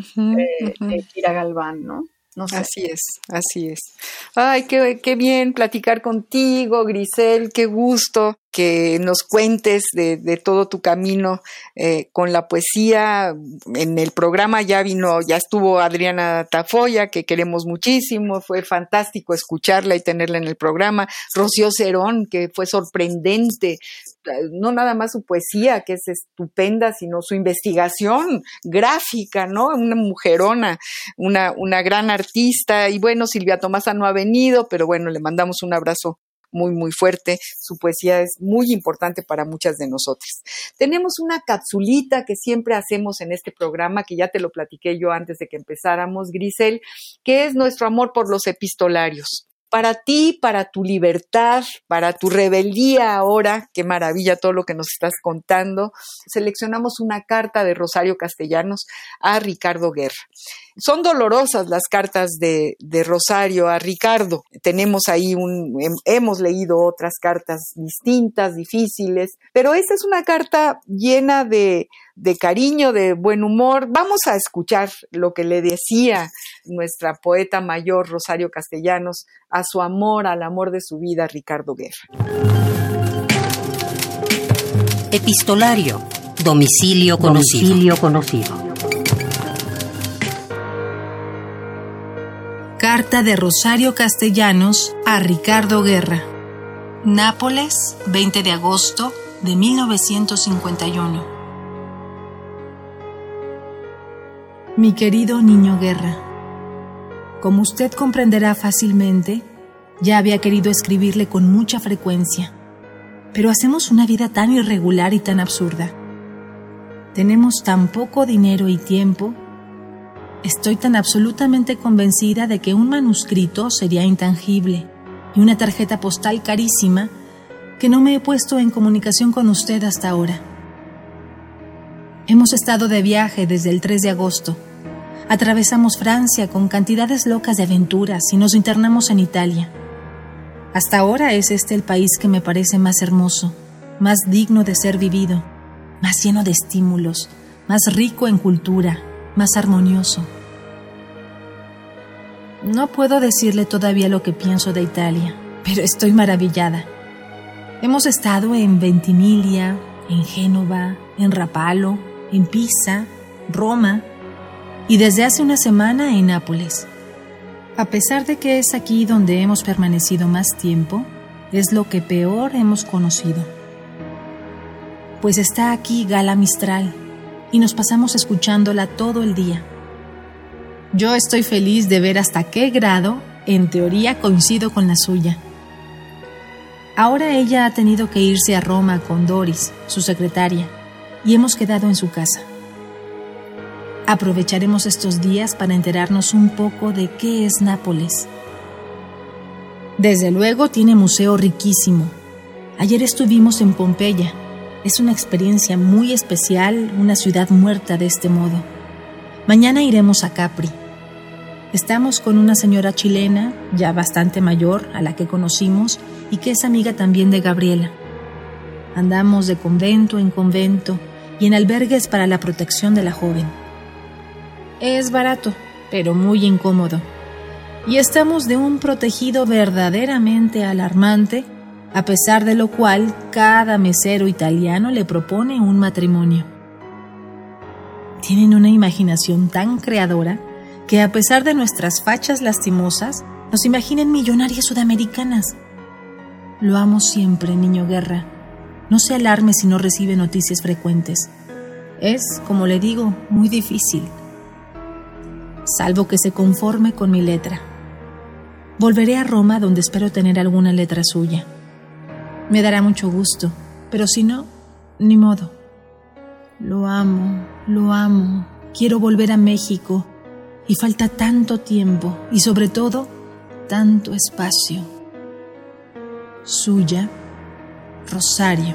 Kira Galván, ¿no? No sé. Así es. Ay, qué bien platicar contigo, Grisel, qué gusto que nos cuentes de todo tu camino con la poesía. En el programa ya estuvo Adriana Tafoya, que queremos muchísimo, fue fantástico escucharla y tenerla en el programa. Rocío Cerón, que fue sorprendente, no nada más su poesía, que es estupenda, sino su investigación gráfica, ¿no? Una mujerona, una gran artista. Y bueno, Silvia Tomasa no ha venido, pero bueno, le mandamos un abrazo muy, muy fuerte. Su poesía es muy importante para muchas de nosotras. Tenemos una capsulita que siempre hacemos en este programa, que ya te lo platiqué yo antes de que empezáramos, Grisel, que es nuestro amor por los epistolarios. Para ti, para tu libertad, para tu rebeldía ahora, qué maravilla todo lo que nos estás contando, seleccionamos una carta de Rosario Castellanos a Ricardo Guerra. Son dolorosas las cartas de Rosario a Ricardo. Tenemos ahí hemos leído otras cartas distintas, difíciles, pero esta es una carta llena de cariño, de buen humor. Vamos a escuchar lo que le decía nuestra poeta mayor Rosario Castellanos a su amor, al amor de su vida, Ricardo Guerra. Epistolario. Domicilio conocido. Carta de Rosario Castellanos a Ricardo Guerra. Nápoles, 20 de agosto de 1951. Mi querido niño Guerra, como usted comprenderá fácilmente, ya había querido escribirle con mucha frecuencia, pero hacemos una vida tan irregular y tan absurda. Tenemos tan poco dinero y tiempo. Estoy tan absolutamente convencida de que un manuscrito sería intangible y una tarjeta postal carísima que no me he puesto en comunicación con usted hasta ahora. Hemos estado de viaje desde el 3 de agosto. Atravesamos Francia con cantidades locas de aventuras y nos internamos en Italia. Hasta ahora es este el país que me parece más hermoso, más digno de ser vivido, más lleno de estímulos, más rico en cultura, más armonioso. No puedo decirle todavía lo que pienso de Italia, pero estoy maravillada. Hemos estado en Ventimiglia, en Génova, en Rapallo, en Pisa, Roma y desde hace una semana en Nápoles. A pesar de que es aquí donde hemos permanecido más tiempo, es lo que peor hemos conocido. Pues está aquí Gala Mistral y nos pasamos escuchándola todo el día. Yo estoy feliz de ver hasta qué grado, en teoría, coincido con la suya. Ahora ella ha tenido que irse a Roma con Doris, su secretaria, y hemos quedado en su casa. Aprovecharemos estos días para enterarnos un poco de qué es Nápoles. Desde luego tiene museo riquísimo. Ayer estuvimos en Pompeya. Es una experiencia muy especial, una ciudad muerta de este modo. Mañana iremos a Capri. Estamos con una señora chilena, ya bastante mayor, a la que conocimos y que es amiga también de Gabriela. Andamos de convento en convento y en albergues para la protección de la joven. Es barato, pero muy incómodo. Y estamos de un protegido verdaderamente alarmante, a pesar de lo cual cada mesero italiano le propone un matrimonio. Tienen una imaginación tan creadora que a pesar de nuestras fachas lastimosas, nos imaginan millonarias sudamericanas. Lo amo siempre, niño Guerra. No se alarme si no recibe noticias frecuentes. Es, como le digo, muy difícil. Salvo que se conforme con mi letra. Volveré a Roma, donde espero tener alguna letra suya. Me dará mucho gusto, pero si no, ni modo. Lo amo. Quiero volver a México. Y falta tanto tiempo, y sobre todo, tanto espacio. Suya, Rosario.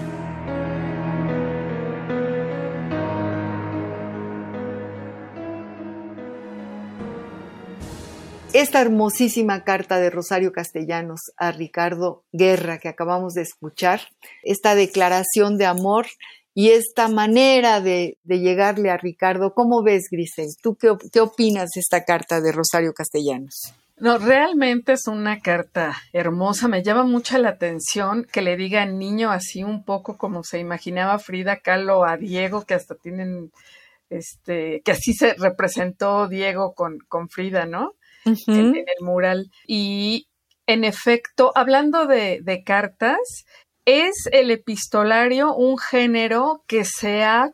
Esta hermosísima carta de Rosario Castellanos a Ricardo Guerra que acabamos de escuchar, esta declaración de amor y esta manera de llegarle a Ricardo. ¿Cómo ves, Grisel? ¿Tú qué opinas de esta carta de Rosario Castellanos? No, realmente es una carta hermosa. Me llama mucho la atención que le diga niño así un poco como se imaginaba Frida Kahlo a Diego, que hasta tienen, que así se representó Diego con Frida, ¿no? Uh-huh. En el mural. Y en efecto, hablando de cartas, es el epistolario un género que se ha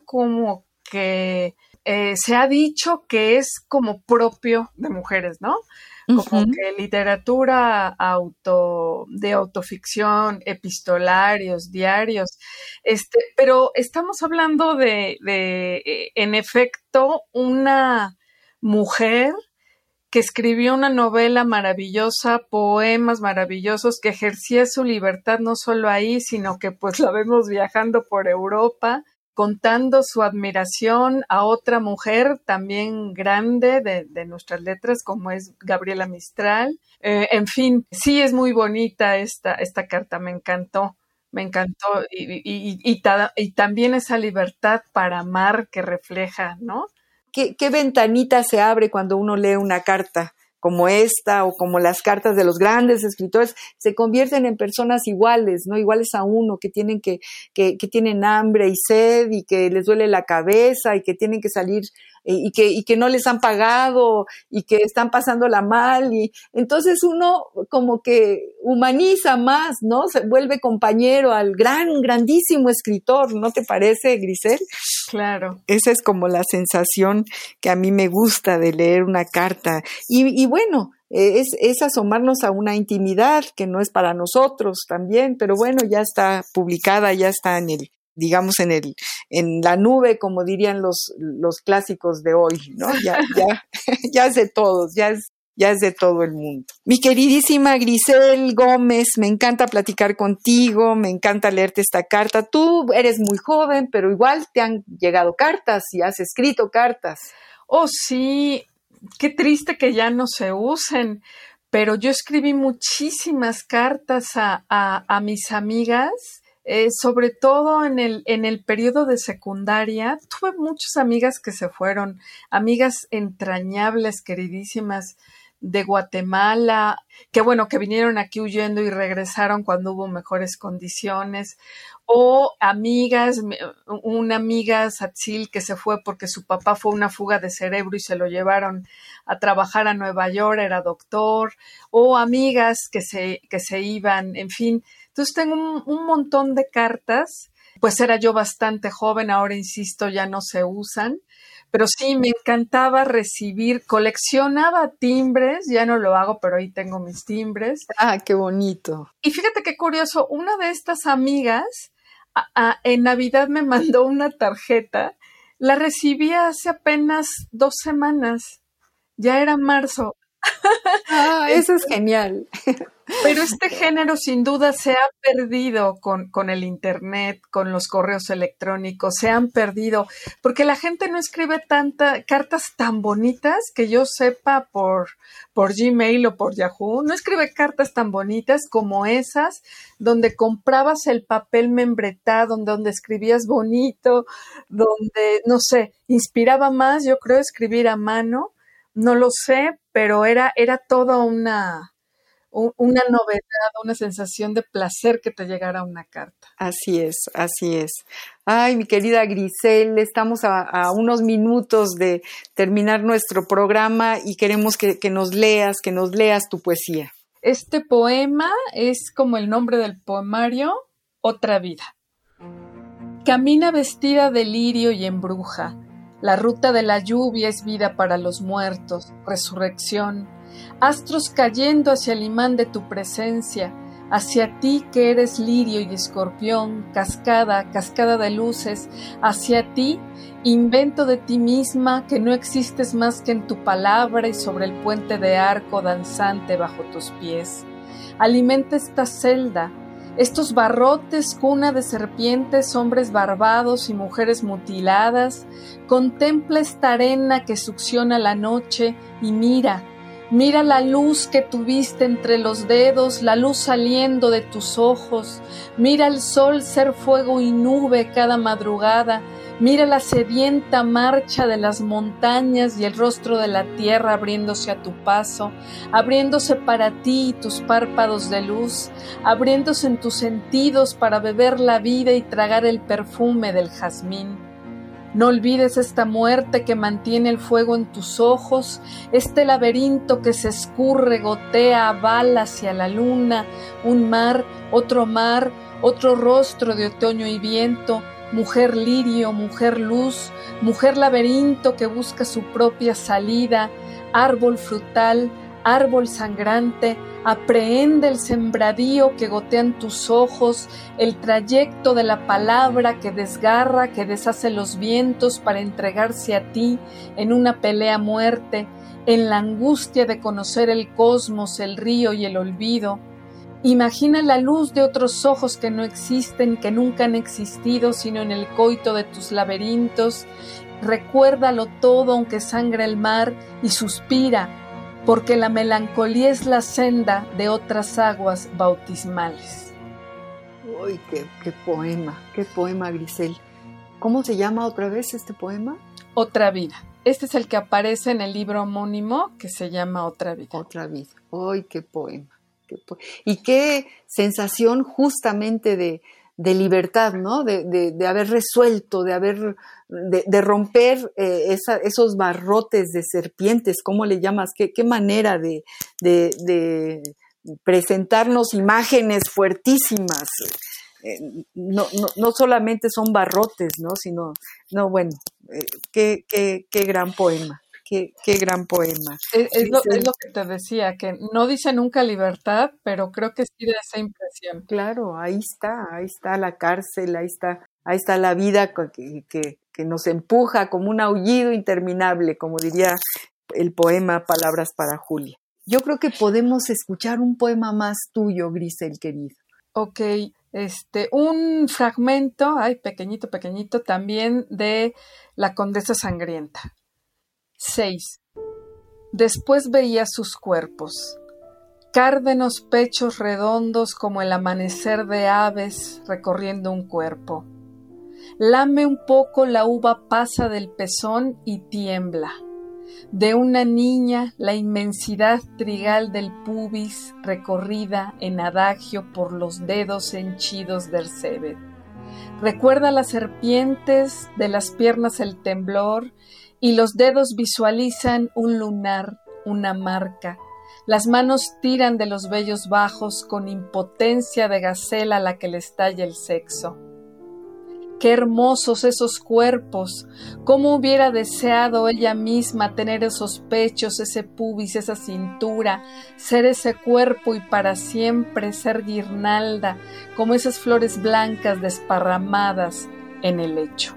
dicho que es como propio de mujeres, ¿no? Como que literatura de autoficción, epistolarios, diarios, pero estamos hablando de en efecto, una mujer que escribió una novela maravillosa, poemas maravillosos, que ejercía su libertad no solo ahí, sino que pues la vemos viajando por Europa, contando su admiración a otra mujer también grande de nuestras letras, como es Gabriela Mistral. En fin, sí es muy bonita esta carta, me encantó. Y también esa libertad para amar que refleja, ¿no? ¿Qué ventanita se abre cuando uno lee una carta como esta o como las cartas de los grandes escritores? Se convierten en personas iguales, ¿no? Iguales a uno, que tienen hambre y sed y que les duele la cabeza y que tienen que salir y que no les han pagado y que están pasándola mal, y entonces uno como que humaniza más, ¿no? Se vuelve compañero al grandísimo escritor, ¿no te parece, Grisel? Claro. Esa es como la sensación que a mí me gusta de leer una carta. Y bueno, es asomarnos a una intimidad que no es para nosotros también, pero bueno, ya está publicada, ya está en la nube, como dirían los clásicos de hoy, ¿no? Ya es de todos, ya es de todo el mundo. Mi queridísima Grisel Gómez, me encanta platicar contigo, me encanta leerte esta carta. Tú eres muy joven, pero igual te han llegado cartas y has escrito cartas. Oh, sí, qué triste que ya no se usen, pero yo escribí muchísimas cartas a mis amigas. Sobre todo en el periodo de secundaria, tuve muchas amigas que se fueron, amigas entrañables, queridísimas, de Guatemala, que vinieron aquí huyendo y regresaron cuando hubo mejores condiciones, o amigas, una amiga, Satzil, que se fue porque su papá fue una fuga de cerebro y se lo llevaron a trabajar a Nueva York, era doctor, o amigas que se iban, en fin. Entonces tengo un montón de cartas, pues era yo bastante joven, ahora insisto, ya no se usan, pero sí, me encantaba recibir, coleccionaba timbres, ya no lo hago, pero ahí tengo mis timbres. Ah, qué bonito. Y fíjate qué curioso, una de estas amigas en Navidad me mandó una tarjeta, la recibí hace apenas 2 semanas, ya era marzo. Ah, eso es genial. Pero este género sin duda se ha perdido con el internet, con los correos electrónicos, se han perdido, porque la gente no escribe cartas tan bonitas que yo sepa por Gmail o por Yahoo, no escribe cartas tan bonitas como esas, donde comprabas el papel membretado, donde escribías bonito, donde, no sé, inspiraba más, yo creo, escribir a mano, no lo sé, pero era toda una novedad, una sensación de placer que te llegara una carta. Así es, así es. Ay, mi querida Grisel, estamos a unos minutos de terminar nuestro programa y queremos que nos leas tu poesía. Este poema es como el nombre del poemario, Otra vida. Camina vestida de lirio y embruja. La ruta de la lluvia es vida para los muertos, resurrección. Astros cayendo hacia el imán de tu presencia, hacia ti que eres lirio y escorpión, cascada, cascada de luces, hacia ti, invento de ti misma, que no existes más que en tu palabra y sobre el puente de arco danzante bajo tus pies. Alimenta esta celda, estos barrotes, cuna de serpientes, hombres barbados y mujeres mutiladas. Contempla esta arena que succiona la noche y mira la luz que tuviste entre los dedos, la luz saliendo de tus ojos. Mira el sol ser fuego y nube cada madrugada. Mira la sedienta marcha de las montañas y el rostro de la tierra abriéndose a tu paso, abriéndose para ti y tus párpados de luz, abriéndose en tus sentidos para beber la vida y tragar el perfume del jazmín. No olvides esta muerte que mantiene el fuego en tus ojos, este laberinto que se escurre, gotea, bala hacia la luna, un mar, otro rostro de otoño y viento, mujer lirio, mujer luz, mujer laberinto que busca su propia salida, árbol frutal, árbol sangrante, aprehende el sembradío que gotean tus ojos, el trayecto de la palabra que desgarra, que deshace los vientos para entregarse a ti en una pelea a muerte, en la angustia de conocer el cosmos, el río y el olvido. Imagina la luz de otros ojos que no existen, que nunca han existido, sino en el coito de tus laberintos. Recuérdalo todo aunque sangre el mar y suspira, porque la melancolía es la senda de otras aguas bautismales. ¡Uy, qué poema, Grisel! ¿Cómo se llama otra vez este poema? Otra vida. Este es el que aparece en el libro homónimo que se llama Otra vida. Otra vida. ¡Uy, qué poema! Y qué sensación justamente de libertad, ¿no? De haber resuelto, de romper esos barrotes de serpientes, ¿cómo le llamas? ¿Qué manera de presentarnos imágenes fuertísimas? No solamente son barrotes, ¿no? Sino, qué gran poema. Qué gran poema. Es lo que te decía, que no dice nunca libertad, pero creo que sí da esa impresión. Claro, ahí está la cárcel, ahí está la vida que nos empuja como un aullido interminable, como diría el poema Palabras para Julia. Yo creo que podemos escuchar un poema más tuyo, Grisel, querido. Ok, un fragmento, pequeñito, también de La Condesa Sangrienta. 6. Después veía sus cuerpos, cárdenos pechos redondos como el amanecer de aves recorriendo un cuerpo. Lame un poco la uva pasa del pezón y tiembla. De una niña la inmensidad trigal del pubis recorrida en adagio por los dedos henchidos del cébet. Recuerda las serpientes, de las piernas el temblor, y los dedos visualizan un lunar, una marca. Las manos tiran de los vellos bajos con impotencia de gacela a la que le estalla el sexo. Qué hermosos esos cuerpos, cómo hubiera deseado ella misma tener esos pechos, ese pubis, esa cintura, ser ese cuerpo y para siempre ser guirnalda, como esas flores blancas desparramadas en el lecho.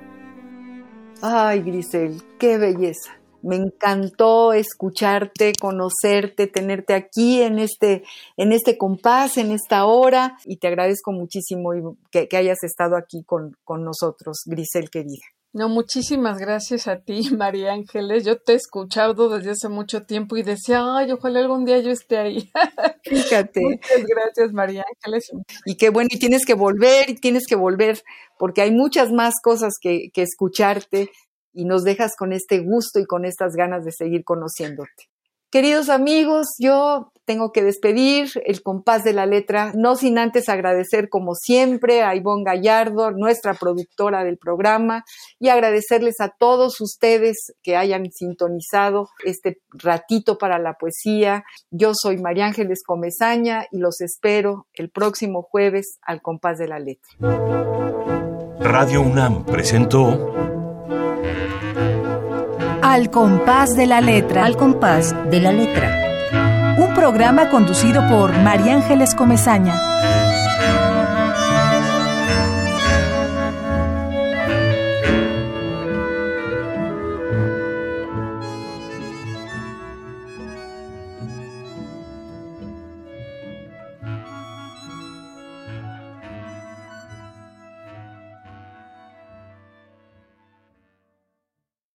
Ay, Grisel, qué belleza. Me encantó escucharte, conocerte, tenerte aquí en este compás, en esta hora, y te agradezco muchísimo que hayas estado aquí con nosotros, Grisel querida. No, muchísimas gracias a ti, María Ángeles. Yo te he escuchado desde hace mucho tiempo y decía, ojalá algún día yo esté ahí. Fíjate. Muchas gracias, María Ángeles. Y qué bueno, y tienes que volver, porque hay muchas más cosas que escucharte y nos dejas con este gusto y con estas ganas de seguir conociéndote. Queridos amigos, yo tengo que despedir el compás de la letra, no sin antes agradecer como siempre a Ivonne Gallardo, nuestra productora del programa, y agradecerles a todos ustedes que hayan sintonizado este ratito para la poesía. Yo soy María Ángeles Comesaña y los espero el próximo jueves al compás de la letra. Radio UNAM presentó Al compás de la letra. Al compás de la letra. Un programa conducido por María Ángeles Comesaña.